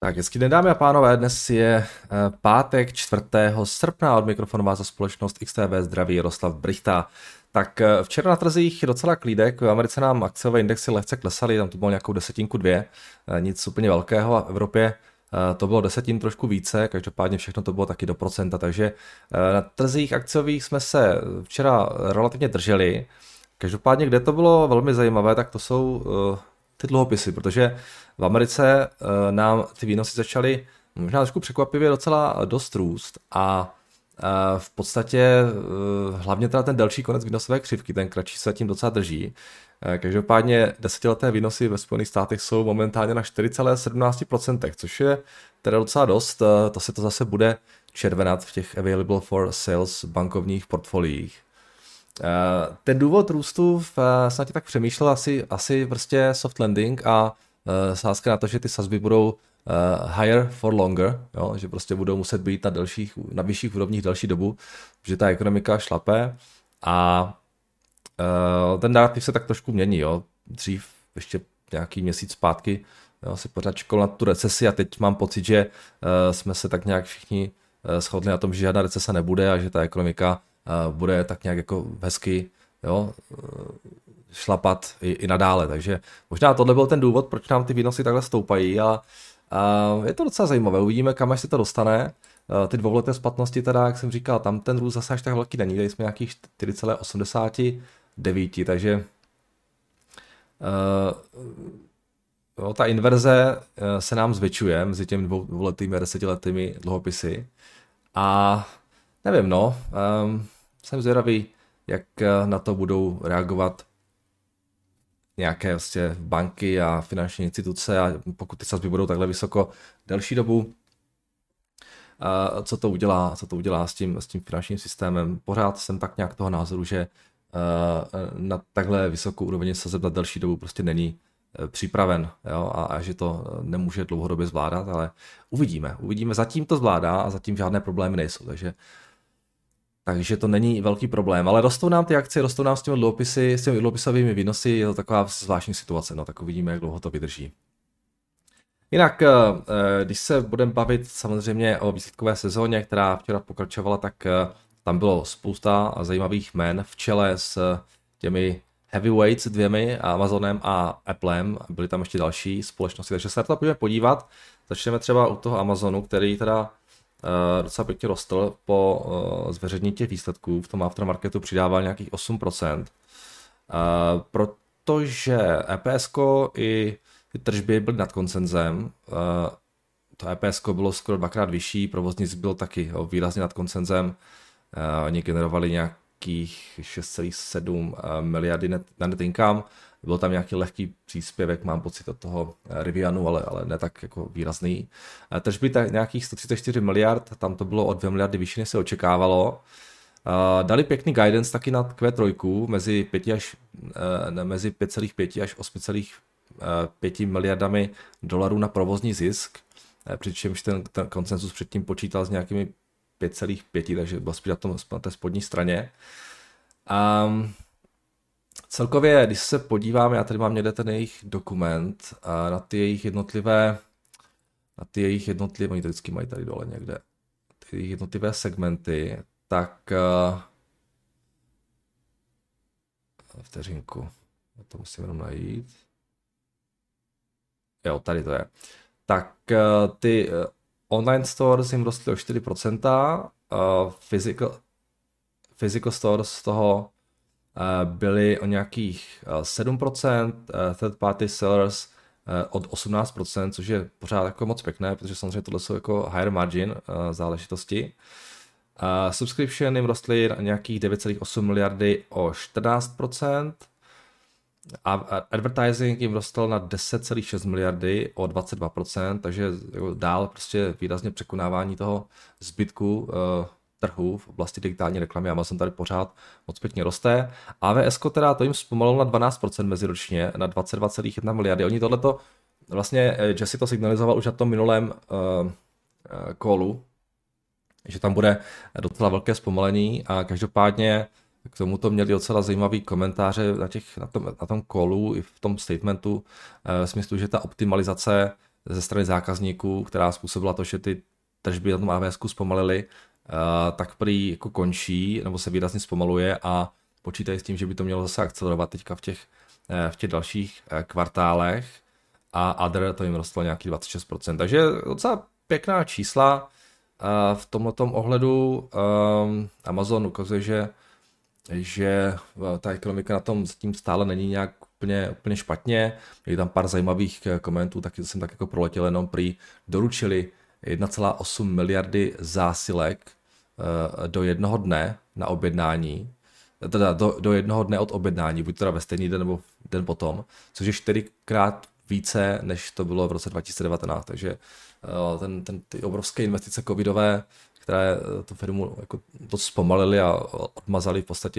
Tak, hezký den, dámy a pánové, dnes je pátek 4. srpna, od mikrofonu vás za společnost XTB zdraví Jaroslav Brychta. Tak včera na trzích docela klídek, v Americe nám akciové indexy lehce klesaly, tam to bylo nějakou desetinku, dvě, nic úplně velkého, a v Evropě to bylo desetin trošku více, každopádně všechno to bylo taky do procenta, takže na trzích akciových jsme se včera relativně drželi. Každopádně, kde to bylo velmi zajímavé, tak to jsou ty dluhopisy, protože v Americe nám ty výnosy začaly možná trošku překvapivě docela dost růst a v podstatě hlavně teda ten delší konec výnosové křivky, ten kratší se tím docela drží. Každopádně desetileté výnosy ve Spojených státech jsou momentálně na 4,17%, což je teda docela dost, to se to zase bude červenat v těch available for sales bankovních portfoliích. Ten důvod růstu snad tak přemýšlel asi prostě soft landing a sázka na to, že ty sazby budou higher for longer, jo? Že prostě budou muset být na vyšších úrovních delší dobu, že ta ekonomika šlape a ten narrativ se tak trošku mění. Jo? Dřív ještě nějaký měsíc zpátky se pořád čekal na tu recesi a teď mám pocit, že jsme se tak nějak všichni shodli na tom, že žádná recese nebude a že ta ekonomika bude tak nějak jako hezky, jo, šlapat i nadále. Takže možná tohle byl ten důvod, proč nám ty výnosy takhle stoupají a je to docela zajímavé. Uvidíme, kam až se to dostane. Ty dvouleté splatnosti teda, jak jsem říkal, tam ten růst zase až tak velký není. Tady jsme nějakých 4,89, takže jo, ta inverze se nám zvětšuje mezi těmi dvouletými a desetiletými dluhopisy a nevím, no, jsem zvědavý, jak na to budou reagovat nějaké vlastně banky a finanční instituce a pokud ty sazby budou takhle vysoko delší dobu, co to udělá s tím finančním systémem. Pořád jsem tak nějak toho názoru, že na takhle vysokou úroveň sazeb na delší dobu prostě není připraven, jo, a že to nemůže dlouhodobě zvládat, ale uvidíme. Zatím to zvládá a zatím žádné problémy nejsou, takže to není velký problém, ale rostou nám ty akcie, rostou nám s těmi dluhopisovými výnosy, je to taková zvláštní situace, no tak uvidíme, jak dlouho to vydrží. Jinak, když se budeme bavit samozřejmě o výsledkové sezóně, která včera pokračovala, tak tam bylo spousta zajímavých jmen v čele s těmi heavyweights dvěmi, Amazonem a Applem, byly tam ještě další společnosti, takže se na to půjdeme podívat. Začneme třeba u toho Amazonu, který teda docela pěkně rostl po zveřejnění těch výsledků, v tom aftermarketu přidával nějakých 8%, protože EPS-ko i ty tržby byly nad konsenzem, to EPS-ko bylo skoro dvakrát vyšší, provozní zisk byl taky výrazně nad konsenzem, oni generovali nějakých 6,7 miliardy na net income, byl tam nějaký lehký příspěvek, mám pocit od toho Rivianu, ale ne tak jako výrazný. Tržby tak nějakých 134 miliard, tam to bylo o 2 miliardy vyšší, než se očekávalo. Dali pěkný guidance taky na Q3 mezi 5,5 až 8,5 miliardami dolarů na provozní zisk, přičemž ten konsenzus předtím počítal s nějakými 5,5, takže byl spíš na té spodní straně. Celkově, když se podíváme, já tady mám někde ten jejich dokument na ty jejich jednotlivé, oni to vždycky mají tady dole někde, ty jejich jednotlivé segmenty, tak vteřinku, já to musím jenom najít. Jo, tady to je. Tak ty online stores jim rostly o 4%, physical stores z toho byly o nějakých 7%, third party sellers od 18%, což je pořád jako moc pěkné, protože samozřejmě tohle jsou jako higher margin záležitosti. Subscription jim rostly nějakých 9,8 miliardy o 14%, a advertising jim rostl na 10,6 miliardy o 22%, takže jako dál prostě výrazně překonávání toho zbytku trhu v oblasti digitální reklamy. Amazon tady pořád moc pěkně roste. AWS teda to jim zpomalilo na 12% meziročně, na 22,1 miliardy. Oni tohleto, vlastně Jesse to signalizoval už na tom minulém callu, že tam bude docela velké zpomalení a každopádně k tomuto měli docela zajímavý komentáře na tom callu i v tom statementu v smyslu, že ta optimalizace ze strany zákazníků, která způsobila to, že ty tržby na tom AWSku zpomalily, tak prý jako končí, nebo se výrazně zpomaluje a počítají s tím, že by to mělo zase akcelerovat teďka v těch dalších kvartálech a other to jim rostlo nějaký 26%. Takže docela pěkná čísla v tomhletom ohledu. Amazon ukazuje, že ta ekonomika na tom zatím stále není nějak úplně špatně. Je tam pár zajímavých komentů, taky jsem tak jako proletěl, jenom prý doručili 1,8 miliardy zásilek do jednoho dne na objednání, teda do jednoho dne od objednání, buď teda ve stejný den nebo den potom, což je 4x více, než to bylo v roce 2019, takže ty obrovské investice covidové, které tu firmu jako to zpomalily a odmazali v podstatě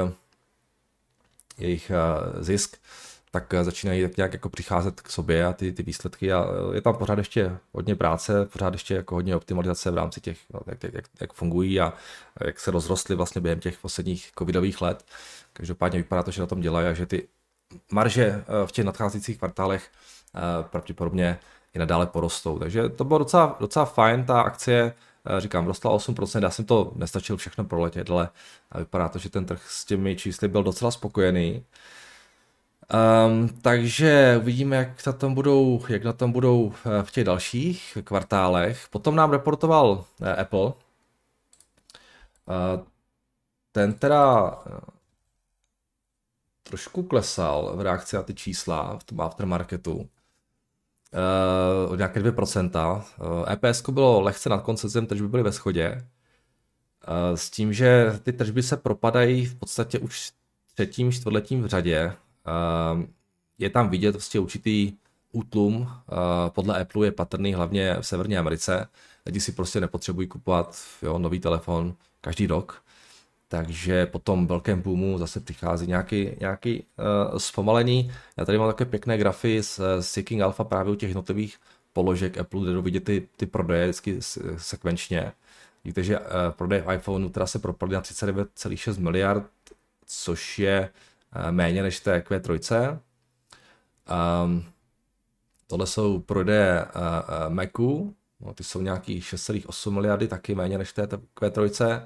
jejich zisk, tak začínají tak nějak jako přicházet k sobě a ty výsledky a je tam pořád ještě hodně práce, pořád ještě jako hodně optimalizace v rámci těch, jak fungují a jak se rozrostly vlastně během těch posledních covidových let. Každopádně vypadá to, že na tom dělají a že ty marže v těch nadcházejících kvartálech pravděpodobně i nadále porostou. Takže to bylo docela fajn, ta akcie, říkám, rostla 8%, já jsem to nestačil všechno proletět, ale vypadá to, že ten trh s těmi čísly byl docela spokojený. Takže uvidíme, jak na tom budou v těch dalších kvartálech. Potom nám reportoval Apple. Ten teda trošku klesal v reakci na ty čísla v tom aftermarketu. O nějaké 2%. EPS bylo lehce nad koncenzem, tržby byly ve shodě. S tím, že ty tržby se propadají v podstatě už třetím čtvrtletím v řadě. Je tam vidět vlastně určitý útlum, podle Apple je patrný hlavně v Severní Americe. Lidi si prostě nepotřebují kupovat nový telefon každý rok. Takže po tom velkém boomu zase přichází nějaký zpomalení. Já tady mám takové pěkné grafy z Seeking Alpha právě u těch jednotlivých položek Apple, kde vidět ty prodeje vždycky sekvenčně. Víte, že prodej iPhoneu teda se propadly na 39,6 miliard, což je méně než té Q3. Tohle jsou prodeje Macu, no, ty jsou nějaký 6,8 miliardy, taky méně než té Q3.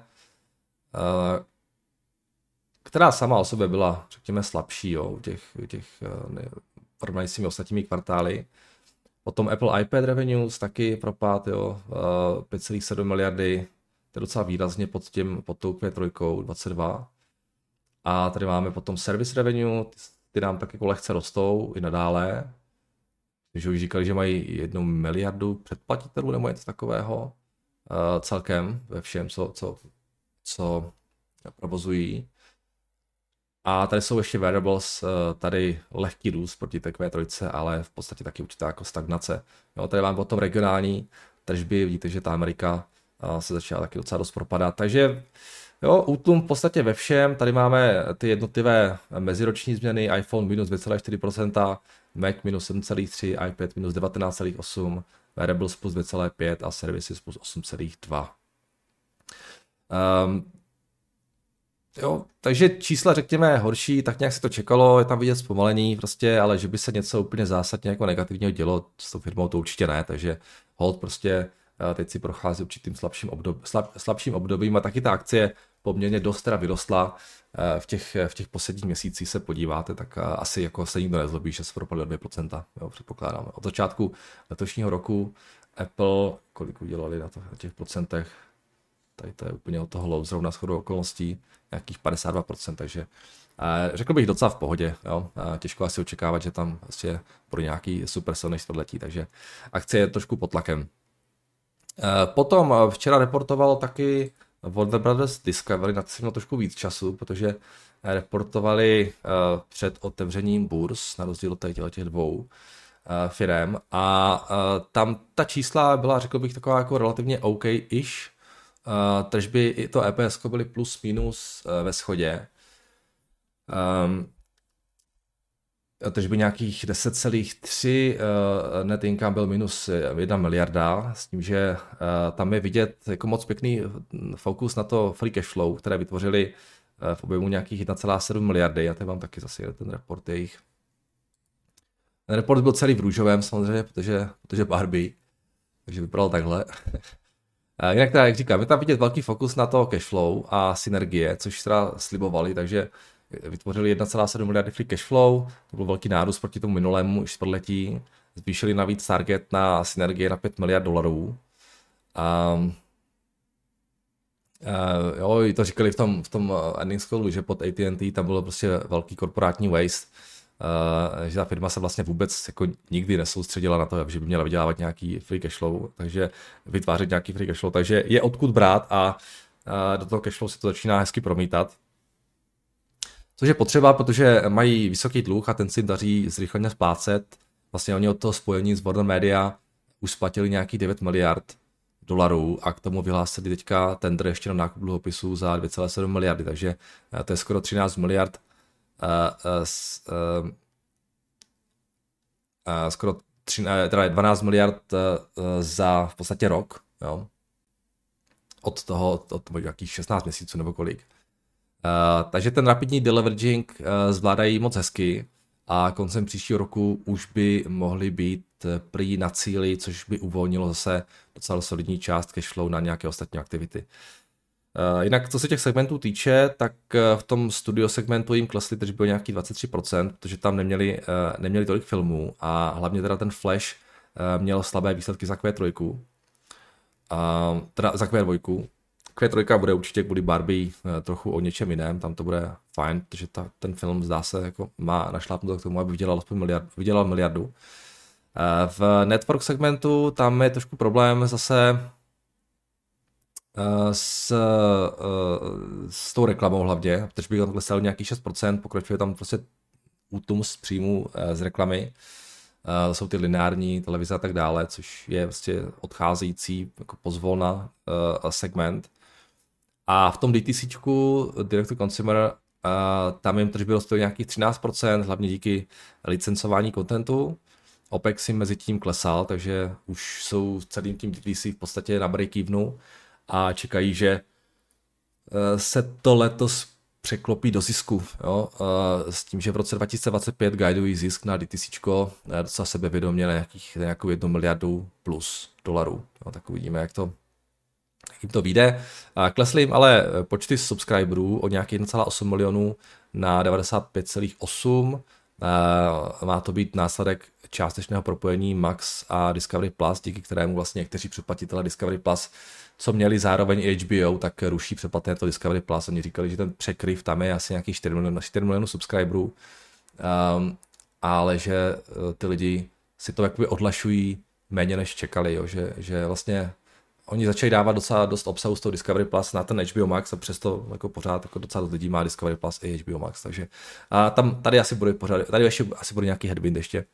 Která sama o sobě byla, řekněme, slabší u těch porovnaní s těmi ostatními kvartály. Potom Apple iPad Revenues taky propad, 5,7 miliardy, to je docela výrazně pod tou Q3, 22. A tady máme potom Service Revenue, ty nám tak jako lehce rostou i nadále. Takže už říkali, že mají 1 miliardu předplatitelů nebo něco takového celkem ve všem, co provozují. A tady jsou ještě wearables, tady lehký růst proti té Q3, ale v podstatě taky určitá jako stagnace. Tady mám potom regionální tržby, vidíte, že ta Amerika se začala taky docela dost propadat. Takže útlum v podstatě ve všem. Tady máme ty jednotlivé meziroční změny, iPhone minus 2,4%, Mac minus 7,3%, iPad minus 19,8%, wearables plus 2,5% a services plus 8,2%. Takže čísla, řekněme, horší, tak nějak se to čekalo, je tam vidět zpomalení prostě, ale že by se něco úplně zásadně jako negativního dělo s tou firmou, to určitě ne, takže hold prostě teď si prochází určitým slabším obdobím a taky ta akcie poměrně dost teda vyrostla v těch posledních měsících se podíváte, tak asi jako se nikdo nezlobí, že se propadly o 2%, předpokládám. Od začátku letošního roku Apple, kolik udělali na těch procentech, tady to je úplně od toho low, zrovna shodou okolností, nějakých 52%, takže řekl bych docela v pohodě, těžko asi očekávat, že tam vlastně bude nějaký super silný čtvrtletí, takže akcie je trošku pod tlakem. Potom včera reportoval taky Warner Brothers Discovery, na to jsem měl trošku víc času, protože reportovali před otevřením burz, na rozdíl od těch dvou firem a tam ta čísla byla, řekl bych, taková jako relativně OK-ish. Tržby i to EPS byly plus minus ve shodě. Tržby nějakých 10,3, net income byl minus 1 miliarda, s tím, že tam je vidět jako moc pěkný fokus na to free cash flow, které vytvořili v objemu nějakých 1,7 miliardy. Já tady mám taky zase ten report jejich. Ten report byl celý v růžovém samozřejmě, protože Barbie, takže vypadal takhle. Jinak teda, jak říkám, je tam vidět velký fokus na to cashflow a synergie, což teda slibovali, takže vytvořili 1,7 miliardy free cashflow, to byl velký nárůst proti tomu minulému čtvrtletí, zvýšili navíc target na synergie na 5 miliard dolarů. Jo, to říkali v tom earnings callu, že pod AT&T tam bylo prostě velký korporátní waste, že ta firma se vlastně vůbec jako nikdy nesoustředila na to, že by měla vydělávat nějaký free cashflow, takže vytvářet nějaký free cashflow, takže je odkud brát a do toho cashflow se to začíná hezky promítat. Což je potřeba, protože mají vysoký dluh a ten si jim daří zrychleně splácet. Vlastně oni od toho spojení s Warner Media už splatili nějaký 9 miliard dolarů a k tomu vyhlásili teďka tender ještě na nákup dluhopisů za 2,7 miliardy, takže to je skoro 13 miliard skoro 12 miliard za v podstatě rok, jo. Od nějakých 16 měsíců nebo kolik. Takže ten rapidní deleveraging zvládají moc hezky a koncem příštího roku už by mohly být prý na cíli, což by uvolnilo zase docela solidní část cashflow na nějaké ostatní aktivity. Jinak co se těch segmentů týče, tak v tom studio segmentu jim klesly tržby o nějaký 23%, protože tam neměli tolik filmů a hlavně teda ten Flash měl slabé výsledky za Q3, teda za Q2. Q3 bude určitě kvůli Barbie trochu o něčem jiném, tam to bude fajn, protože ten film zdá se jako má našlápnout k tomu, aby vydělal miliardu. V network segmentu tam je trošku problém zase s tou reklamou hlavně, protože by tam klesal nějaký 6%, pokračuje tam prostě útlum z příjmu z reklamy. To jsou ty lineární televize a tak dále, což je vlastně odcházející jako pozvolna segment. A v tom DTCčku, Direct to Consumer, tam jim tržby rostou nějakých 13%, hlavně díky licencování kontentu. OPEX jim mezi tím klesal, takže už jsou celým tím DTC v podstatě na break-evenu a čekají, že se to letos překlopí do zisku, jo? S tím, že v roce 2025 guidují zisk na DTCčko docela sebevědomě na nějakou 1 miliardu plus dolarů. Jo? Tak uvidíme, jak jim to vyjde. Klesly jim ale počty subscriberů o nějakých 1,8 milionů na 95,8. Má to být následek částečného propojení Max a Discovery Plus, díky kterému vlastně někteří předplatitelé Discovery Plus, co měli zároveň i HBO, tak ruší předplatné to Discovery Plus. Oni říkali, že ten překryv tam je asi nějakých 4 milionů subscriberů, ale že ty lidi si to jakoby odlašují méně než čekali, jo? Že vlastně oni začali dávat docela dost obsahu z toho Discovery Plus na ten HBO Max a přesto jako pořád jako docela dost lidí má Discovery Plus i HBO Max, takže tady asi bude nějaký headwind ještě.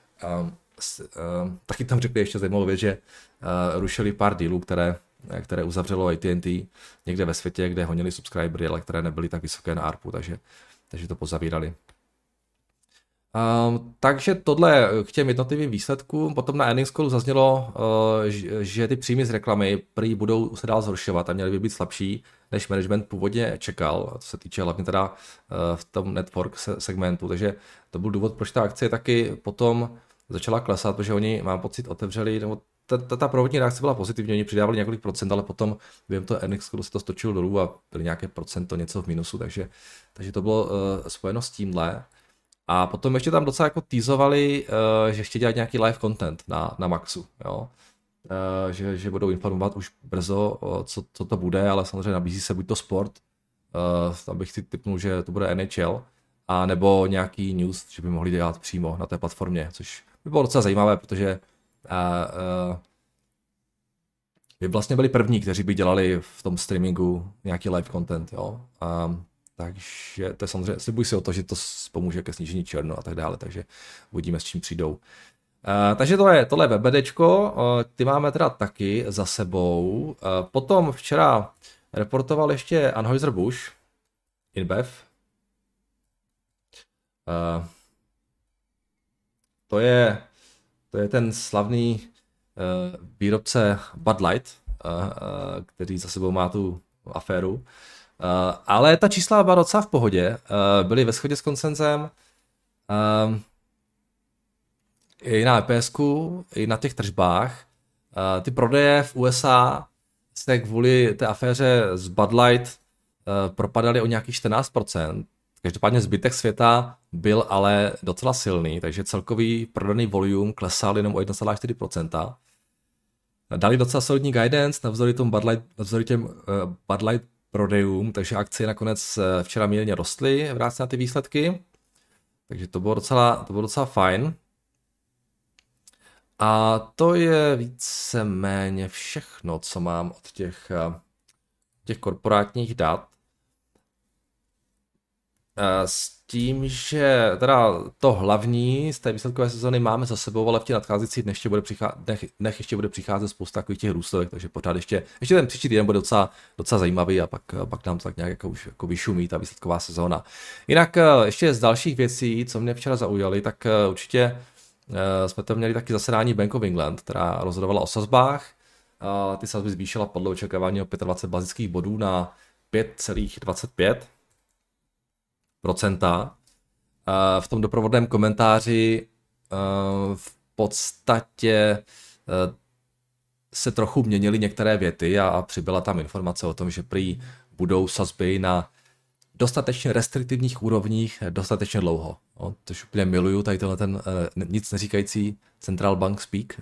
Taky tam řekli ještě zajímavou věc, že rušili pár dealů, které uzavřelo AT&T někde ve světě, kde honili subscribery, ale které nebyly tak vysoké na ARPu, takže to pozavírali. Takže tohle k těm jednotlivým výsledkům. Potom na earnings callu zaznělo, že ty příjmy z reklamy prý budou se dál zhoršovat a měly by být slabší, než management původně čekal, co se týče hlavně teda v tom network segmentu. Takže to byl důvod, proč ta akcie taky potom začala klesat, protože oni, mám pocit, otevřeli, nebo ta prvotní reakce byla pozitivní, oni přidávali několik procent, ale potom během toho earnings callu se to stočilo dolů a byly nějaké procento něco v minusu, takže to bylo spojeno s tímhle. A potom ještě tam docela jako teasovali, že chtějí dělat nějaký live content na Maxu, jo? Že budou informovat už brzo, co to bude, ale samozřejmě nabízí se buď to sport, tam bych si tipnul, že to bude NHL, a nebo nějaký news, že by mohli dělat přímo na té platformě, což by bylo docela zajímavé, protože by vlastně byli první, kteří by dělali v tom streamingu nějaký live content, jo? Takže to je samozřejmě, slibuji si o to, že to pomůže ke snížení černo a tak dále, takže uvidíme, s čím přijdou. Takže tohle je WebDčko, ty máme teda taky za sebou. Potom včera reportoval ještě Anheuser-Busch InBev. To je ten slavný výrobce Bud Light, který za sebou má tu aféru. Ale ta čísla byla docela v pohodě, byly ve shodě s konsenzem. i na EPSku, i na těch tržbách. Ty prodeje v USA se kvůli té aféře z Bud Light propadaly o nějakých 14%. Každopádně zbytek světa byl ale docela silný, takže celkový prodaný volume klesal jenom o 1,4%. Dali docela solidní guidance navzdory těm Bud Light prodejům, takže akcie nakonec včera mírně rostly v reakci na ty výsledky. Takže to bylo docela fajn. A to je víceméně všechno, co mám od těch korporátních dat. S tím, že teda to hlavní z té výsledkové sezony máme za sebou, ale v těch nadcházejících dnech ještě bude přicházet spousta takových těch růstovek, takže pořád ještě ten příští týden bude docela zajímavý a pak nám to tak nějak jako vyšumí ta výsledková sezóna. Jinak ještě z dalších věcí, co mě včera zaujaly, tak určitě jsme to měli taky zasedání Bank of England, která rozhodovala o sazbách. Ty sazby zvýšila podle očekávání o 25 bazických bodů na 5,25%. V tom doprovodném komentáři v podstatě se trochu měnily některé věty a přibyla tam informace o tom, že prý budou sazby na dostatečně restriktivních úrovních dostatečně dlouho. No, což úplně miluju, tady tenhle ten nic neříkající central bank speak.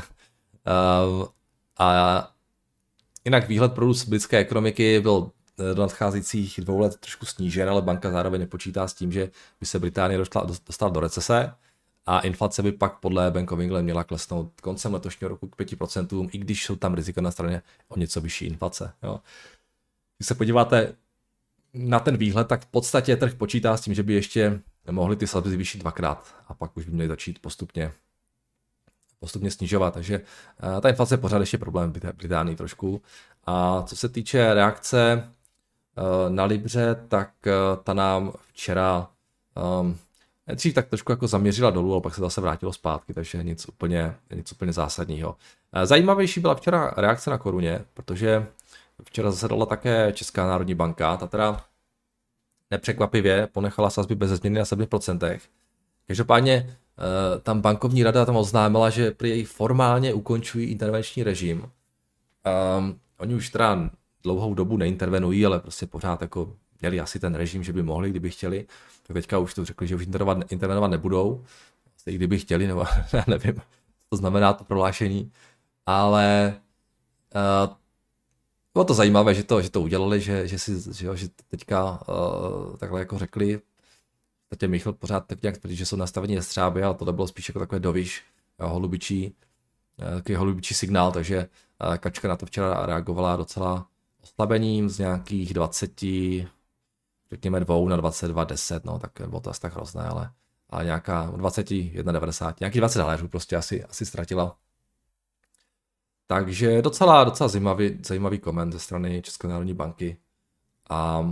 A jinak výhled pro růst britské ekonomiky byl do nadcházejících 2 let trošku snížen, ale banka zároveň nepočítá s tím, že by se Británie dostala do recese a inflace by pak podle Bank of England měla klesnout koncem letošního roku k 5%, i když jsou tam rizika na straně o něco vyšší inflace. Jo. Když se podíváte na ten výhled, tak v podstatě trh počítá s tím, že by ještě mohli ty sazby zvýšit 2krát a pak už by měli začít postupně snižovat. Takže ta inflace je pořád ještě problém v Británii trošku. A co se týče reakce na Libře, tak ta nám včera dřív tak trošku jako zaměřila dolů, ale pak se zase vrátilo zpátky, takže nic úplně zásadního. Zajímavější byla včera reakce na koruně, protože včera zasedala také Česká národní banka, ta teda nepřekvapivě ponechala sazby bez změny na 7%. Každopádně tam bankovní rada tam oznámila, že prý formálně ukončují intervenční režim. Oni už teda dlouhou dobu neintervenují, ale prostě pořád jako měli asi ten režim, že by mohli, kdyby chtěli. Tak teďka už to řekli, že už intervenovat nebudou. I kdyby chtěli, nebo já nevím, co to znamená to prohlášení. Ale bylo to zajímavé, že to udělali, že teďka takhle jako řekli. Teď Michal pořád tak nějak tvrdí, že jsou nastavení jestřáby, ale tohle bylo spíš jako takové doviš, takový holubičí signál, takže Kačka na to včera reagovala docela oslabením z nějakých 20, řekněme 2 na 22,10, no tak bylo to asi tak hrozné, ale nějaká 21,90, nějakých $20 prostě asi ztratila. Takže docela zajímavý koment ze strany České národní banky. A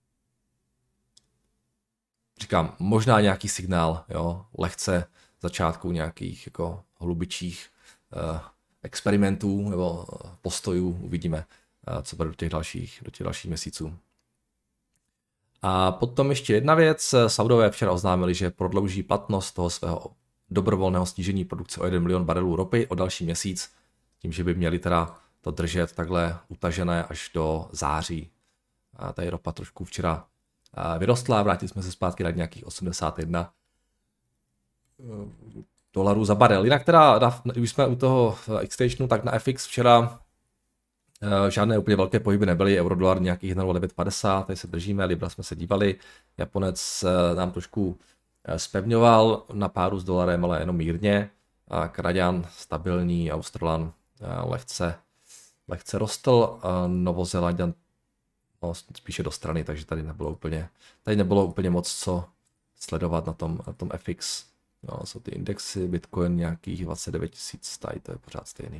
říkám, možná nějaký signál, jo, lehce začátku nějakých jako holubičích experimentů nebo postojů, uvidíme, co bude do těch dalších měsíců. A potom ještě jedna věc, Saudové včera oznámili, že prodlouží platnost toho svého dobrovolného snížení produkce o 1 milion barelů ropy o další měsíc, tím, že by měli teda to držet takhle utažené až do září. A tady ropa trošku včera vyrostla, vrátili jsme se zpátky na nějakých $81 za barel. Jinak teda, když jsme u toho exchange, tak na FX včera žádné úplně velké pohyby nebyly, euro-dolar nějakých 1,0950, tady se držíme, Libra jsme se dívali, Japonec nám trošku zpevňoval na páru s dolarem, ale jenom mírně, Kanaďan stabilní, Australan lehce rostl, Novozélanďan spíše do strany, takže tady nebylo úplně moc co sledovat na tom FX. No, jsou ty indexy, Bitcoin nějakých 29 000, tady to je pořád stejný.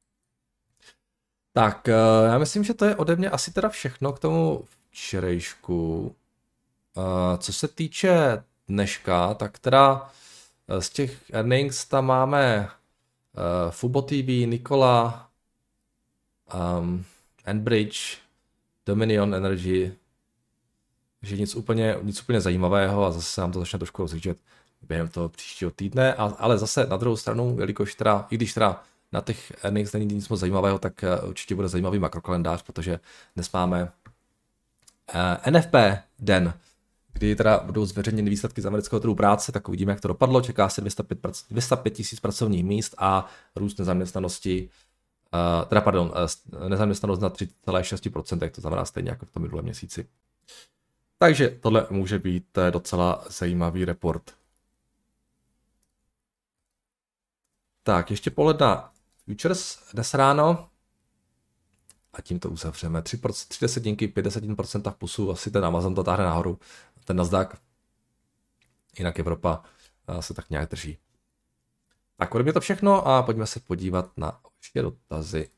Tak, já myslím, že to je ode mě asi teda všechno k tomu včerejšku. Co se týče dneška, tak teda z těch earnings tam máme Fubo TV, Nikola, Enbridge, Dominion Energy, že nic úplně zajímavého a zase se nám to začne trošku rozjíždět během toho příštího týdne, ale zase na druhou stranu, jelikož teda, i když teda na těch earnings není nic moc zajímavého, tak určitě bude zajímavý makrokalendář, protože dnes máme NFP den, kdy teda budou zveřejněny výsledky z amerického trhu práce, tak uvidíme, jak to dopadlo. Čeká se 205 tisíc pracovních míst a růst nezaměstnanosti, nezaměstnanost na 3,6%, to znamená stejně jako v tom minulém měsíci. Takže tohle může být docela zajímavý report. Tak, ještě pohled na futures dnes ráno. A tím to uzavřeme. 3 desetinky, 5% v plusu, asi ten Amazon to táhne nahoru, ten Nasdaq. Jinak Evropa se tak nějak drží. Tak, ode mě to všechno a pojďme se podívat na ještě dotazy.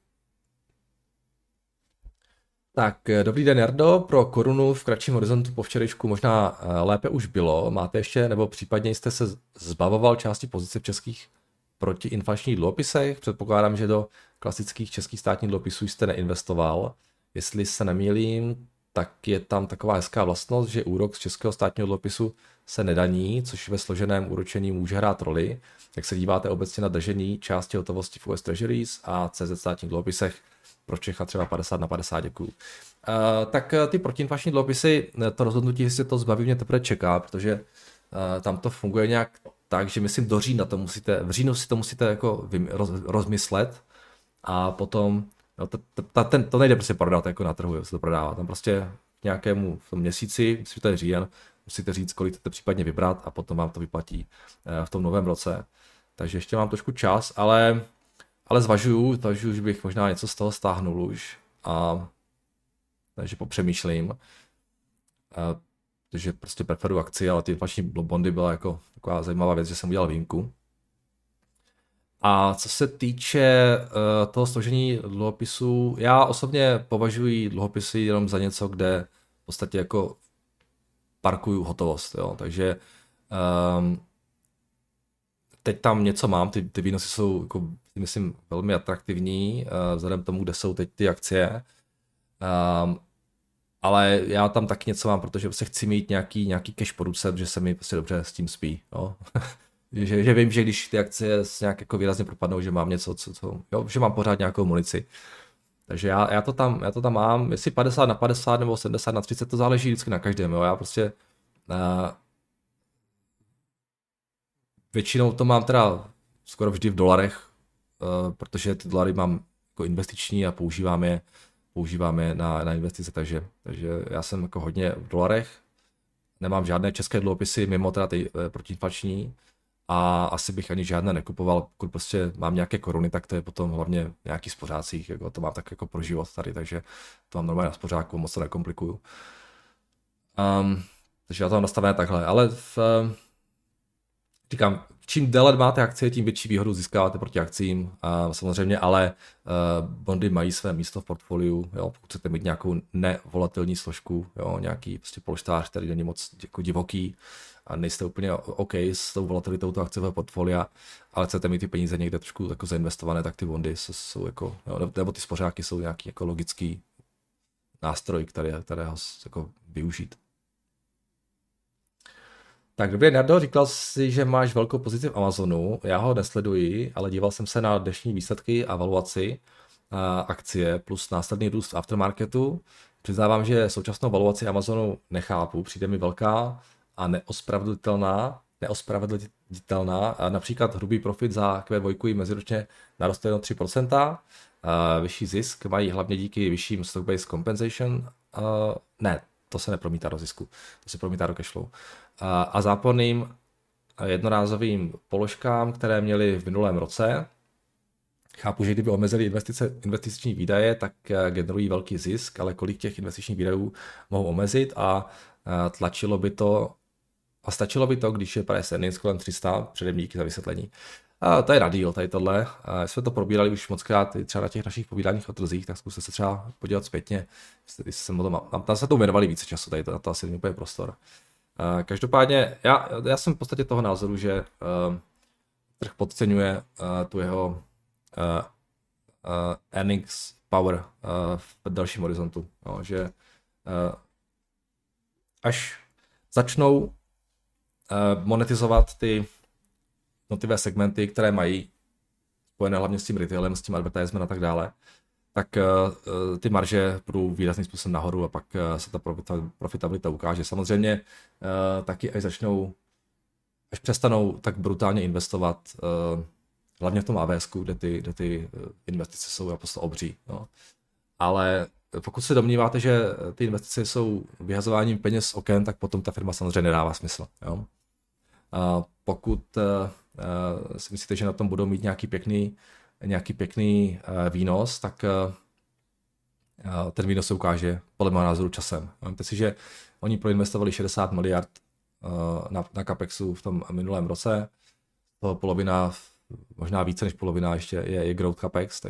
Tak, dobrý den, Jardo. Pro korunu v kratším horizontu po včerejšku možná lépe už bylo. Máte ještě, nebo případně jste se zbavoval části pozice v českých protiinflačních dluhopisech? Předpokládám, že do klasických českých státních dluhopisů jste neinvestoval. Jestli se nemýlím, tak je tam taková hezká vlastnost, že úrok z českého státního dluhopisu se nedaní, což ve složeném úročení může hrát roli. Jak se díváte obecně na držení části hotovosti v US Treasuries a CZ státních dluhopisech, pro Čecha třeba 50/50, děkuju. Tak ty protiinflační dluhopisy, to rozhodnutí, jestli to zbaví, mě teprve čeká, protože tam to funguje nějak tak, že myslím do října v říjnu si to musíte jako rozmyslet a potom, no, to nejde prostě prodat jako na trhu, se to prodává. Tam prostě k nějakému v tom měsíci, myslím, že to je říjen, musíte říct, kolik chcete případně vybrat a potom vám to vyplatí v tom novém roce. Takže ještě mám trošku čas, ale zvažuju, že bych možná něco z toho stáhnul už a takže popřemýšlím. Takže prostě preferuji akci, ale ty inflační bondy byla jako taková zajímavá věc, že jsem udělal výjimku. A co se týče toho složení dluhopisů, já osobně považuji dluhopisy jenom za něco, kde v podstatě jako parkuju hotovost, jo. Takže teď tam něco mám, ty výnosy jsou, jako, myslím, velmi atraktivní, vzhledem k tomu, kde jsou teď ty akcie. Ale já tam taky něco mám, protože se chci mít nějaký cash po ruce, že se mi prostě dobře s tím spí. No. že vím, že když ty akcie nějak jako výrazně propadnou, že mám něco, že mám pořád nějakou munici. Takže já to tam mám, jestli 50/50 nebo 70/30, to záleží vždycky na každém. Jo. Já prostě většinou to mám teda skoro vždy v dolarech, protože ty dolary mám jako investiční a používám je na investice, takže já jsem jako hodně v dolarech, nemám žádné české dluhopisy mimo teda ty protiinflační a asi bych ani žádné nekupoval, pokud prostě mám nějaké koruny, tak to je potom hlavně v nějakých spořácích, jako to mám tak jako pro život tady, takže to mám normálně na spořáku, moc se nekomplikuju. Takže já to mám nastavené takhle, ale říkám, čím déle máte akcie, tím větší výhodu získáváte proti akcím, samozřejmě, ale bondy mají své místo v portfoliu, jo, pokud chcete mít nějakou nevolatilní složku, jo, nějaký prostě polštář, který není moc jako divoký a nejste úplně OK s tou volatilitou toho akciového portfolia, ale chcete mít ty peníze někde trošku jako zainvestované, tak ty bondy jsou jako, jo, nebo ty spořáky jsou nějaký jako logický nástroj, kterého jako využít. Tak dobře, Nardo, říkal jsi, že máš velkou pozici v Amazonu, já ho nesleduji, ale díval jsem se na dnešní výsledky a valuaci akcie plus následný růst v aftermarketu. Přiznávám, že současnou valuaci Amazonu nechápu, přijde mi velká a neospravedlnitelná. Například hrubý profit za Q2 jim meziročně narostl jen 3%, vyšší zisk mají hlavně díky vyšším stock-based compensation, ne, to se nepromítá do zisku, to se promítá do cashflow. A záporným jednorázovým položkám, které měly v minulém roce. Chápu, že kdyby omezili investiční výdaje, tak generují velký zisk, ale kolik těch investičních výdajů mohou omezit a stačilo by to, když je price earnings kolem 300, předem díky za vysvětlení. To je na deal tady tohle. Jsme to probírali už mockrát třeba na těch našich povídáních o trzích, tak zkuste se třeba podívat zpětně. Tam se to věnovali více času, tady na to asi není úplně prostor. Každopádně já jsem v podstatě toho názoru, že trh podceňuje tu jeho earnings power v dalším horizontu. No, že až začnou monetizovat ty jednotlivé segmenty, které mají spojené hlavně s tím retailem, s tím advertisement a tak dále, tak ty marže budou výrazným způsobem nahoru a pak se ta profitabilita ukáže. Samozřejmě taky až přestanou tak brutálně investovat, hlavně v tom AWSku, kde ty investice jsou naprosto obří. No. Ale pokud se domníváte, že ty investice jsou vyhazováním peněz z oken, tak potom ta firma samozřejmě nedává smysl. Jo. A pokud si myslíte, že na tom budou mít nějaký pěkný výnos, tak ten výnos se ukáže podle mého názoru časem. Víte si, že oni proinvestovali 60 miliard na CAPEXu v tom minulém roce, toho polovina, možná více než polovina ještě je growth CAPEX,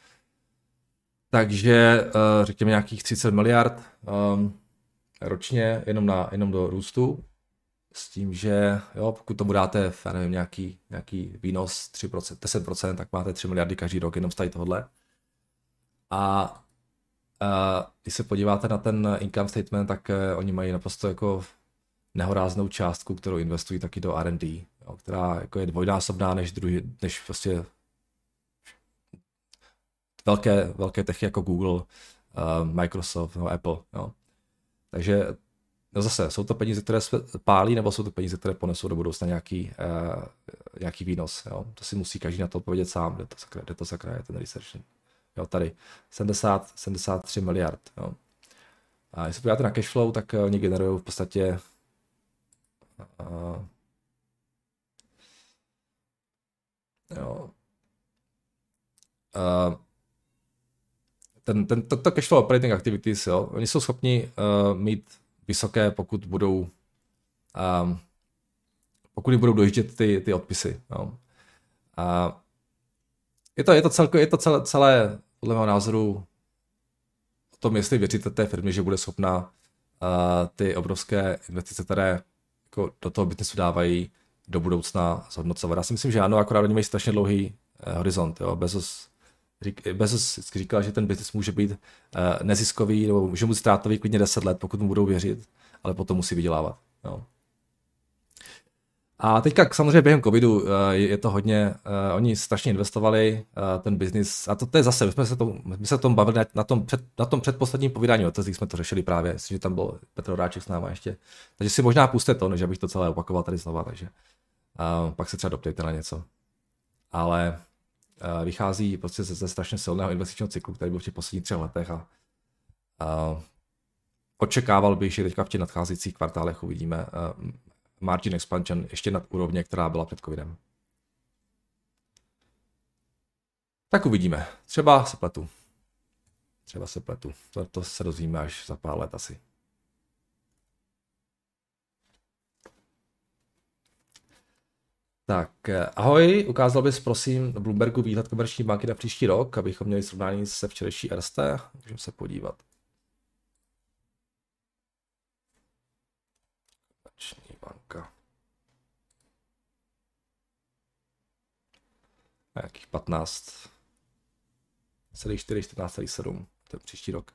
takže řekněme nějakých 30 miliard ročně jenom do růstu, s tím, že jo, pokud tomu dáte, já nevím, nějaký výnos 3%, 10%, tak máte 3 miliardy každý rok jenom z tady tohohle. A když se podíváte na ten income statement, tak oni mají naprosto jako nehoráznou částku, kterou investují taky do R&D, jo, která jako je dvojnásobná než prostě velké techy jako Google, Microsoft, no, Apple. Jo. Takže no zase, jsou to peníze, které se pálí, nebo jsou to peníze, které ponesou do budoucna nějaký výnos. Jo. To si musí každý na to odpovědět sám, kde to sakra je ten research. Jo, tady 73 miliard. Jo. A když se podíváte na cashflow, tak oni generují v podstatě to cashflow operating activities, jo, oni jsou schopni mít vysoké, pokud jim budou dojíždět ty odpisy. Jo. Je to celé podle mého názoru o tom, jestli věříte té firmě, že bude schopna ty obrovské investice, které jako do toho biznesu dávají, do budoucna zhodnocovat. Já si myslím, že ano, akorát oni mají strašně dlouhý horizont. Jo. Bezos vždycky říkal, že ten biznis může být neziskový, nebo může být ztrátový klidně 10 let, pokud mu budou věřit, ale potom musí vydělávat. Jo. A teďka samozřejmě během covidu je to hodně, oni strašně investovali ten biznis, a to je zase, my se tom bavili na tom předposledním povídání, když jsme to řešili právě, že tam byl Petr Horáček s náma ještě, takže si možná puste to, než abych to celé opakoval tady znova, takže pak se třeba doptejte na něco. Ale vychází prostě ze strašně silného investičního cyklu, který byl v těch posledních 3 letech a očekával bych, že teďka v těch nadcházejících kvartálech uvidíme margin expansion ještě nad úrovně, která byla před covidem. Tak uvidíme. Třeba se pletu. To se dozvíme až za pár let asi. Tak, ahoj, ukázal bys prosím Bloombergu výhled komerční banky na příští rok, abychom měli srovnání se včerejší RST. Můžeme se podívat. Komerční banka. Nějakých 15,4, 14,7, ten příští rok.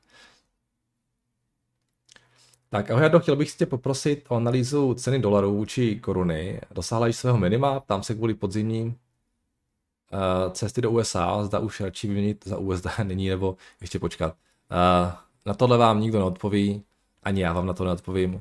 Tak ahoj, Jardo, chtěl bych tě poprosit o analýzu ceny dolarů či koruny. Dosáhla již svého minima, ptám se kvůli podzimním cesty do USA, zda už radši vyměnit za USD nyní nebo ještě počkat. Na tohle vám nikdo neodpoví, ani já vám na to neodpovím.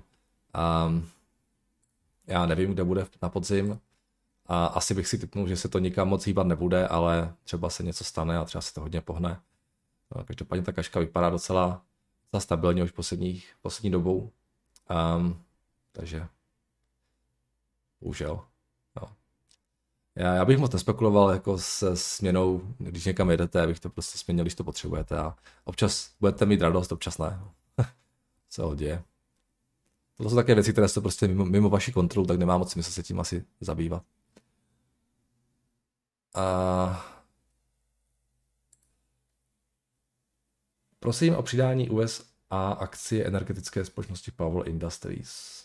Já nevím, kde bude na podzim. Asi bych si tipnul, že se to nikam moc hýbat nebude, ale třeba se něco stane a třeba se to hodně pohne. Každopádně ta kaška vypadá docela stabilně už poslední dobou. Takže bohužel. No. Já bych moc nespekuloval jako se směnou, když někam jedete, abych to prostě směnil, když to potřebujete a občas budete mít radost, občas ne. Co ho děje. To jsou také věci, které jsou prostě mimo vaši kontrolu, tak nemá moc smysl se tím asi zabývat. Prosím o přidání USA akcie energetické společnosti Powell Industries.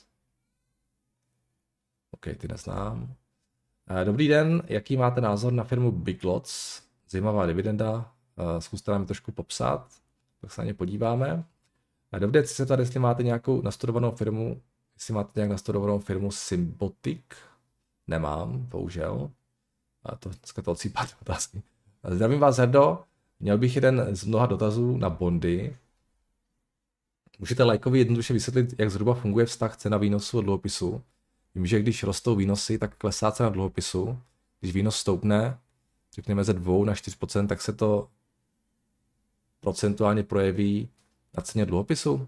OK, ty neznám. Dobrý den, jaký máte názor na firmu Big Lots? Zajímavá dividenda, zkuste nám trošku popsat, tak se na ně podíváme. A dobře, chci se tady, jestli máte nějakou nastudovanou firmu, jestli máte nějak nastudovanou firmu Symbotic. Nemám, bohužel. A to dneska to odsýpáte otázky. Zdravím vás, Herdo. Měl bych jeden z mnoha dotazů na bondy. Můžete lajkovi jednoduše vysvětlit, jak zhruba funguje vztah cena výnosu od dluhopisu. Vím, že když rostou výnosy, tak klesá cena dluhopisu. Když výnos stoupne, řekněme ze 2 na 4%, tak se to procentuálně projeví na ceně dluhopisu.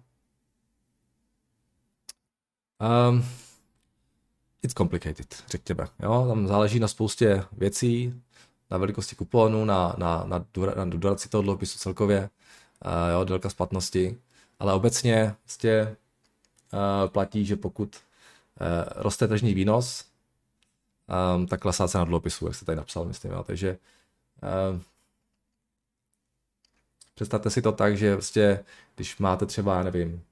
It's complicated, řekněme. Jo? Tam záleží na spoustě věcí, na velikosti kuponu, na duraci toho dluhopisu celkově, jo, délka splatnosti. Ale obecně vlastně platí, že pokud roste tržní výnos, tak klesá cena dluhopisu, jak jste tady napsal, myslím. Jo. Takže představte si to tak, že vlastně, když máte třeba, nevím,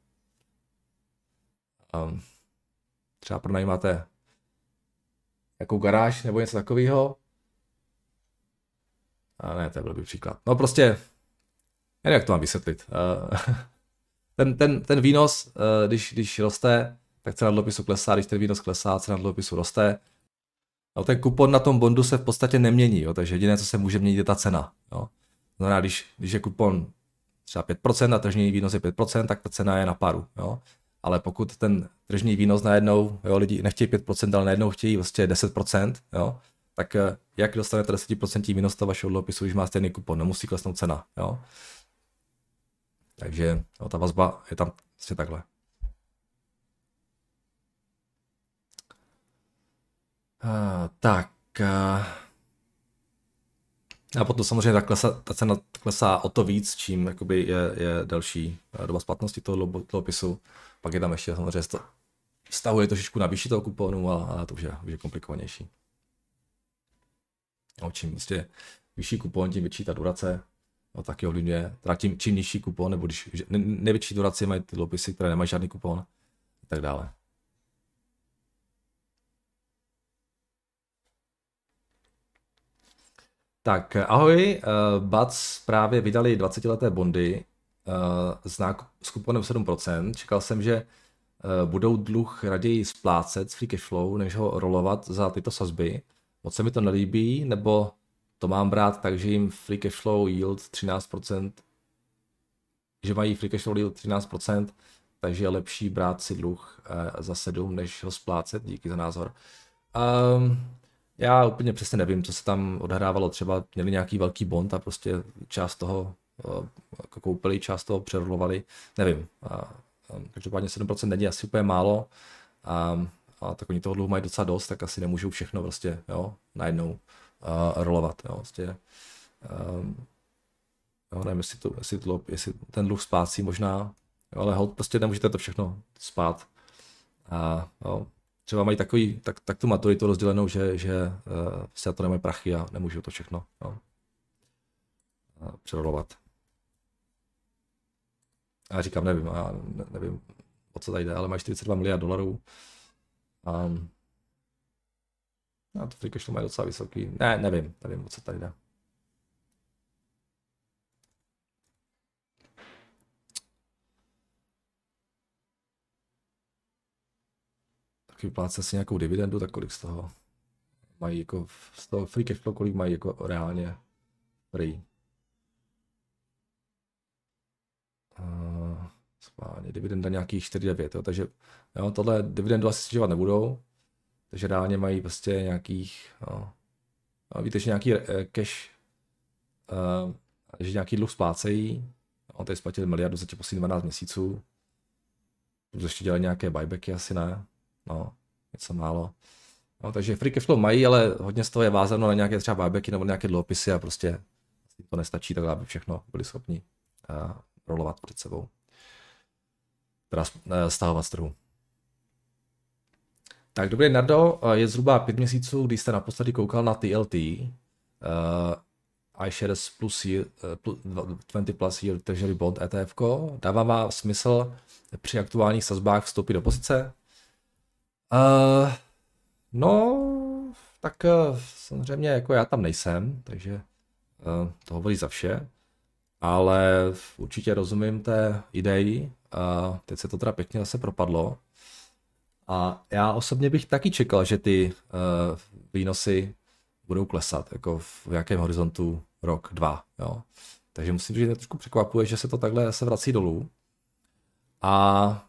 třeba pronajímáte jakou garáž nebo něco takového. A ne, to je blbý příklad. No prostě, nevím, jak to mám vysvětlit. Ten výnos, když roste, tak cena dluhopisu klesá, když ten výnos klesá, cena dluhopisu roste. No, ten kupon na tom bondu se v podstatě nemění, jo, takže jediné, co se může měnit, je ta cena. Jo. Znamená, když je kupon třeba 5% a tržní výnos je 5%, tak ta cena je na paru. Jo. Ale pokud ten tržní výnos najednou, jo, lidi nechtějí 5%, ale najednou chtějí vlastně 10%, jo, tak jak dostanete 10% výnos toho vašeho dluhopisu, když má stejný kupon, nemusí klesnout cena. Jo. Takže jo, ta vazba je tam vlastně takhle. A potom samozřejmě ta cena klesá o to víc, čím jakoby je delší doba splatnosti toho dluhopisu. Pak je tam ještě samozřejmě to vztahuje trošičku na výši toho kuponu, ale to už je komplikovanější. No, čím vlastně vyšší kupon, tím větší ta durace. No, taky ovlivňuje, teda čím nižší kupon, nebo když největší duraci mají ty dluhopisy, které nemají žádný kupon a tak dále. Tak ahoj, BAC právě vydali 20leté bondy s kuponem 7%. Čekal jsem, že budou dluh raději splácet s free cash flow, než ho rolovat za tyto sazby. Moc se mi to nelíbí, nebo to mám brát tak, že jim free cash flow yield 13%, že mají free cash flow yield 13%, takže je lepší brát si dluh za 7, než ho splácet. Díky za názor. Já úplně přesně nevím, co se tam odhrávalo. Třeba měli nějaký velký bond a prostě část toho koupili, část toho přerolovali. Nevím. Každopádně 7% není asi úplně málo. A tak oni toho dluhu mají docela dost, tak asi nemůžou všechno prostě, jo, najednou rolovat. Jo, prostě, jo, nevím, jestli ten dluh splácí možná, jo, ale hold, prostě nemůžete to všechno spát. Jo, třeba mají tak tu maturitu rozdělenou, že si na to nemají prachy a nemůžou to všechno, jo, přerolovat. Já říkám, nevím, o co tady jde, ale mají 42 miliard dolarů. A to free cash flow mají docela vysoký. Nevím, o co tady jde. Tak vyplácí si nějakou dividendu, tak kolik z toho mají jako, z toho free cash flow, kolik mají jako reálně free. Schválně, dividenda nějakých 4,9, jo, takže jo, tohle dividendu asi snižovat nebudou, takže reálně mají prostě nějakých, no, víte, že nějaký cash, že nějaký dluh splácejí, on tady splatili miliardu za těch posledních 12 měsíců, protože ještě dělají nějaké buybacky, asi ne, no, něco málo. No, takže free cash flow mají, ale hodně z toho je vázáno na nějaké třeba buybacky nebo nějaké dluhopisy a prostě to nestačí takhle, aby všechno byli schopni rolovat před sebou. Teda stahovat z trhu. Tak dobrý, Nardo, je zhruba 5 měsíců, když jste naposledy koukal na TLT, iShares plus 20 plus year treasury bond ETF, dává vám smysl při aktuálních sazbách vstoupit do pozice? No, tak samozřejmě jako já tam nejsem, takže to hovorí za vše, ale určitě rozumím té ideji teď se to teda pěkně zase propadlo. A já osobně bych taky čekal, že ty výnosy budou klesat, jako v nějakém horizontu rok, 2. Jo. Takže musím říct, že trošku překvapuje, že se to takhle se vrací dolů. A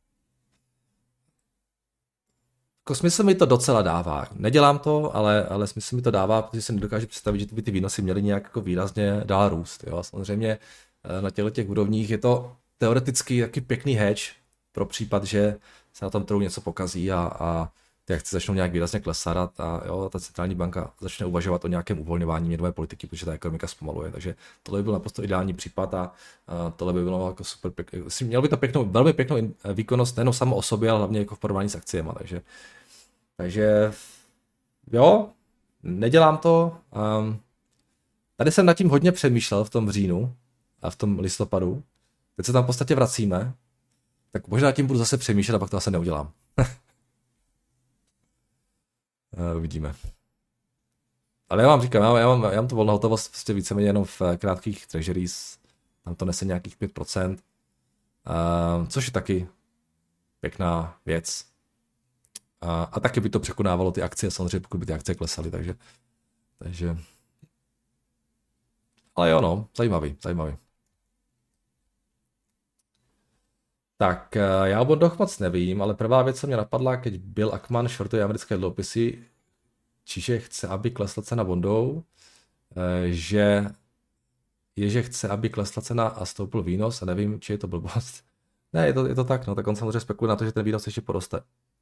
jako smysl mi to docela dává. Nedělám to, ale smysl mi to dává, protože si nedokážu představit, že by ty výnosy měly nějak jako výrazně dál růst. Jo. Samozřejmě na těch úrovních je to teoreticky taky pěkný hedge pro případ, že se na tom trhu něco pokazí a ty akcie začnou nějak výrazně klesat a jo, ta centrální banka začne uvažovat o nějakém uvolňování měnové politiky, protože ta ekonomika zpomaluje. Takže tohle by byl naprosto ideální případ a tohle by bylo jako super pěkné. Mělo by to velmi pěknou výkonnost nejen samo o sobě, ale hlavně jako v porovnání s akciemi. Takže jo, nedělám to. Tady jsem nad tím hodně přemýšlel v tom říjnu a v tom listopadu. Teď se tam v podstatě vracíme, tak možná tím budu zase přemýšlet a pak to zase neudělám. Uvidíme. Ale já vám říkám, já mám to volnou hotovost prostě víceméně jenom v krátkých treasuries, tam to nese nějakých 5%, což je taky pěkná věc. A taky by to překonávalo ty akcie, samozřejmě pokud by ty akcie klesaly, takže ale jo no, zajímavý. Tak, já o bondoch moc nevím, ale prvá věc, co mě napadla, keď Bill Ackman shortuje americké dluhopisy, čiže chce, aby klesla cena bondů, že chce, aby klesla cena a stoupil výnos a nevím, či je to blbost. Ne, je to tak, no, tak on samozřejmě spekuluje na to, že ten výnos ještě poroste.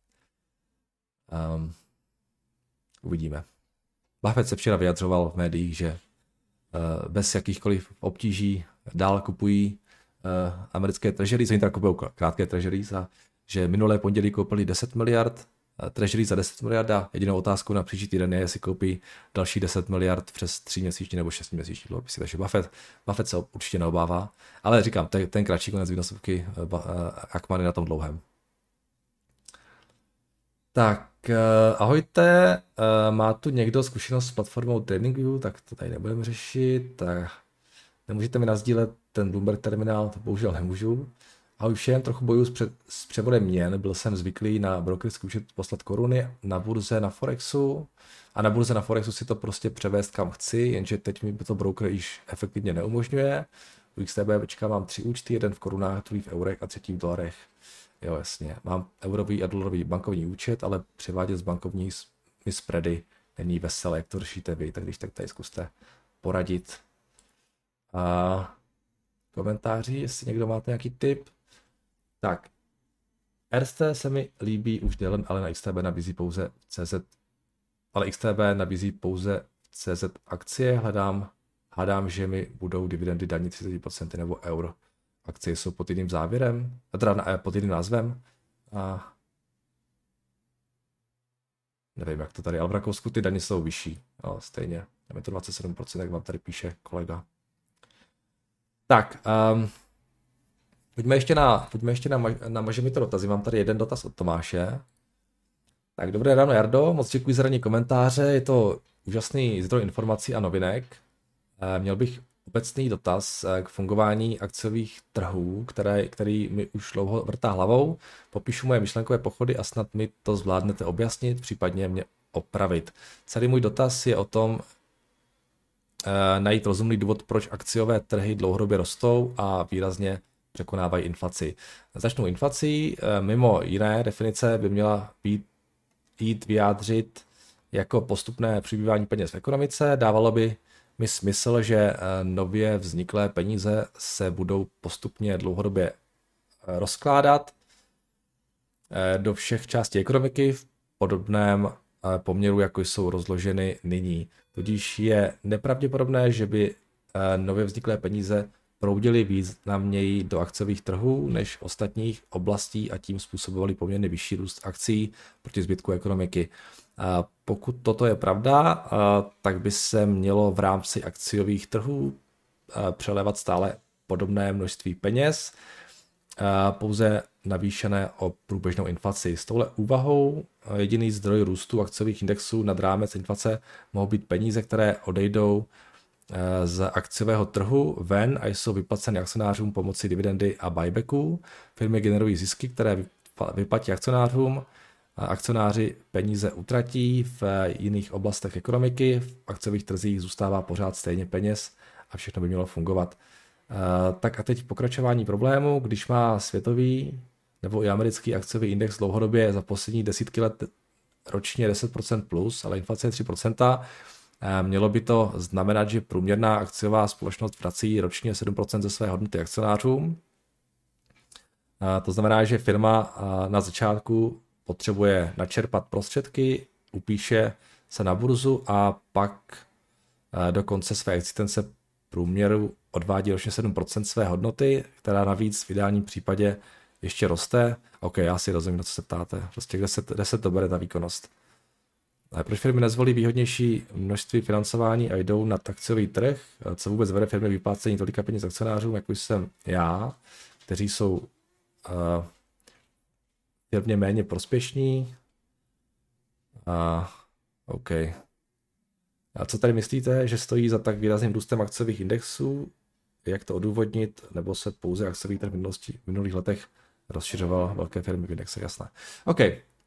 Uvidíme. Buffett se včera vyjadřoval v médiích, že bez jakýchkoliv obtíží dál kupují americké treasuries, oni teda kupují krátké treasuries a že minulé pondělí koupili 10 miliard treasuries za 10 miliard a jedinou otázkou na příští týden je, jestli koupí další 10 miliard přes 3měsíční nebo 6měsíční dluhopisy. Takže Buffett se určitě neobává, ale říkám, ten kratší konec výnosovky Ackman je na tom dlouhém. Tak, ahojte, má tu někdo zkušenost s platformou TradingView, tak to tady nebudeme řešit, tak nemůžete mi nasdílet ten Bloomberg terminál, to bohužel nemůžu. Ahoj všem, trochu bojuju s převodem měn, byl jsem zvyklý na brokerský účet poslat koruny na burze na Forexu a na burze na Forexu si to prostě převést kam chci, jenže teď mi to broker již efektivně neumožňuje. U XTBčka mám 3 účty, jeden v korunách, druhý v eurech a třetí v dolarech. Jo, jasně. Mám eurový a dolarový bankovní účet, ale převádět z bankovní spready není veselé, jak to řešíte vy, tak když tak tady zkuste poradit. A komentáři, jestli někdo máte nějaký tip. Tak, RST se mi líbí už déle, ale na XTB nabízí pouze CZ. Ale XTB nabízí pouze CZ akcie, hádám, že mi budou dividendy daní 30% nebo euro. Akcie jsou pod jiným závěrem, teda pod jiným názvem. A nevím, jak to tady, ale v Rakousku ty daně jsou vyšší. Jo, stejně. Tam je to 27%, jak vám tady píše kolega. Tak, pojďme ještě na Maže mi to dotazy. Mám tady jeden dotaz od Tomáše. Tak, dobré ráno, Jardo, moc děkuji za ranní komentáře, je to úžasný zdroj informací a novinek. Měl bych obecný dotaz k fungování akciových trhů, který mi už dlouho vrtá hlavou. Popíšu moje myšlenkové pochody a snad mi to zvládnete objasnit, případně mě opravit. Celý můj dotaz je o tom najít rozumný důvod, proč akciové trhy dlouhodobě rostou a výrazně překonávají inflaci. Začnu inflací. Mimo jiné definice by měla jít vyjádřit jako postupné přibývání peněz v ekonomice. Dávalo by mi smysl, že nově vzniklé peníze se budou postupně dlouhodobě rozkládat do všech částí ekonomiky v podobném poměru, jako jsou rozloženy nyní. Tudíž je nepravděpodobné, že by nově vzniklé peníze proudily významněji do akciových trhů než ostatních oblastí a tím způsobovaly poměrně vyšší růst akcí proti zbytku ekonomiky. Pokud toto je pravda, tak by se mělo v rámci akciových trhů přelévat stále podobné množství peněz, pouze navýšené o průběžnou inflaci. S touhle úvahou jediný zdroj růstu akciových indexů nad rámec inflace mohou být peníze, které odejdou z akciového trhu ven a jsou vyplaceny akcionářům pomocí dividendy a buybacků. Firmy generují zisky, které vyplatí akcionářům. Akcionáři peníze utratí v jiných oblastech ekonomiky, v akciových trzích zůstává pořád stejně peněz a všechno by mělo fungovat. Tak a teď pokračování problému, když má světový nebo i americký akciový index dlouhodobě za poslední desítky let ročně 10% plus, ale inflace je 3%, mělo by to znamenat, že průměrná akciová společnost vrací ročně 7% ze své hodnoty akcionářům. To znamená, že firma na začátku potřebuje načerpat prostředky, upíše se na burzu a pak do konce své existence průměru odvádí ročně 7% své hodnoty, která navíc v ideálním případě ještě roste. OK, já si rozumím, na co se ptáte. Prostě kde se to bere ta výkonnost. Ale proč firmy nezvolí výhodnější množství financování a jdou na akciový trh? Co vůbec vede firmy vyplácení tolika peněz akcionářům, jako jsem já, kteří jsou firmě méně prospěšní? OK. A co tady myslíte, že stojí za tak výrazným růstem akciových indexů? Jak to odůvodnit? Nebo se pouze akciový trh v minulých letech rozšiřoval, velké firmy v indexech? Jasné. OK.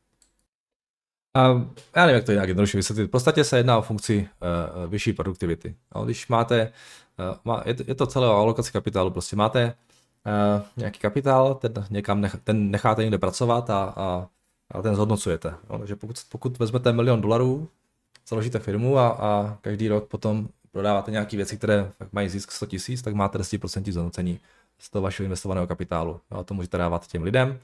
Já nevím, jak to jinak jednoduše vysvětlit. V podstatě se jedná o funkci vyšší produktivity. No, když máte, je to celé o alokaci kapitálu, prostě máte nějaký kapitál, ten necháte někde pracovat a ten zhodnocujete. No, takže pokud vezmete $1 milion, založíte firmu a každý rok potom prodáváte nějaké věci, které mají zisk 100 000, tak máte 10% zhodnocení z toho vašeho investovaného kapitálu. No, a to můžete dávat těm lidem.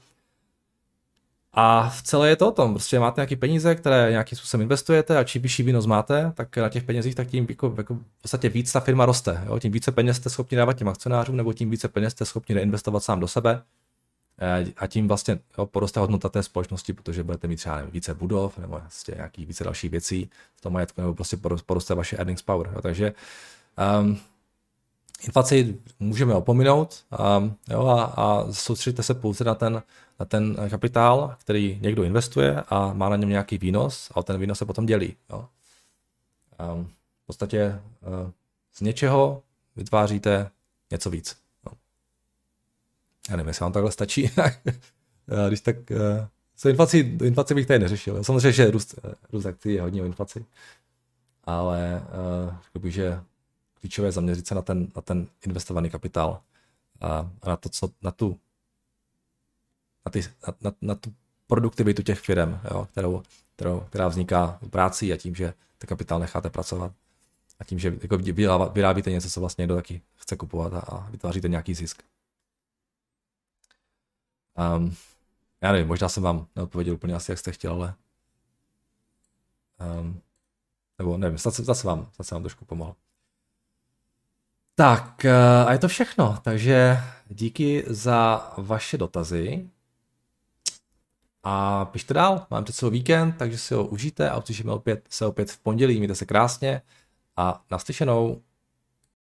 A v celé je to o tom, prostě máte nějaké peníze, které nějakým způsobem investujete a čím vyšší výnos máte, tak na těch penězích tak tím jako v podstatě víc ta firma roste. Jo? Tím více peněz jste schopni dávat těm akcionářům, nebo tím více peněz jste schopni reinvestovat sám do sebe a tím vlastně poroste hodnota té společnosti, protože budete mít třeba více budov nebo vlastně nějakých více dalších věcí v tom majetku, nebo prostě poroste vaše earnings power. Jo? Takže inflaci můžeme opominout a soustředíte se pouze na ten kapitál, který někdo investuje a má na něm nějaký výnos a ten výnos se potom dělí. Jo. V podstatě z něčeho vytváříte něco víc. Jo. Já nevím, jestli vám takhle stačí. Když tak inflaci bych tady neřešil. Samozřejmě, že růst akcí je hodně o inflaci, ale řekl bych, že klíčové je zaměřit se na ten investovaný kapitál a na tu produktivitu těch firm, jo, která vzniká práci a tím, že ten kapitál necháte pracovat a tím, že jako vyrábíte něco, co vlastně někdo taky chce kupovat a vytváříte nějaký zisk. Já nevím, možná jsem vám neodpověděl úplně asi, jak jste chtěl, ale nebo nevím, zase vám trošku pomohl. Tak a je to všechno, takže díky za vaše dotazy a pište dál, mám před sebou víkend, takže si ho užijte a uslyšíme se opět v pondělí, mějte se krásně a naslyšenou.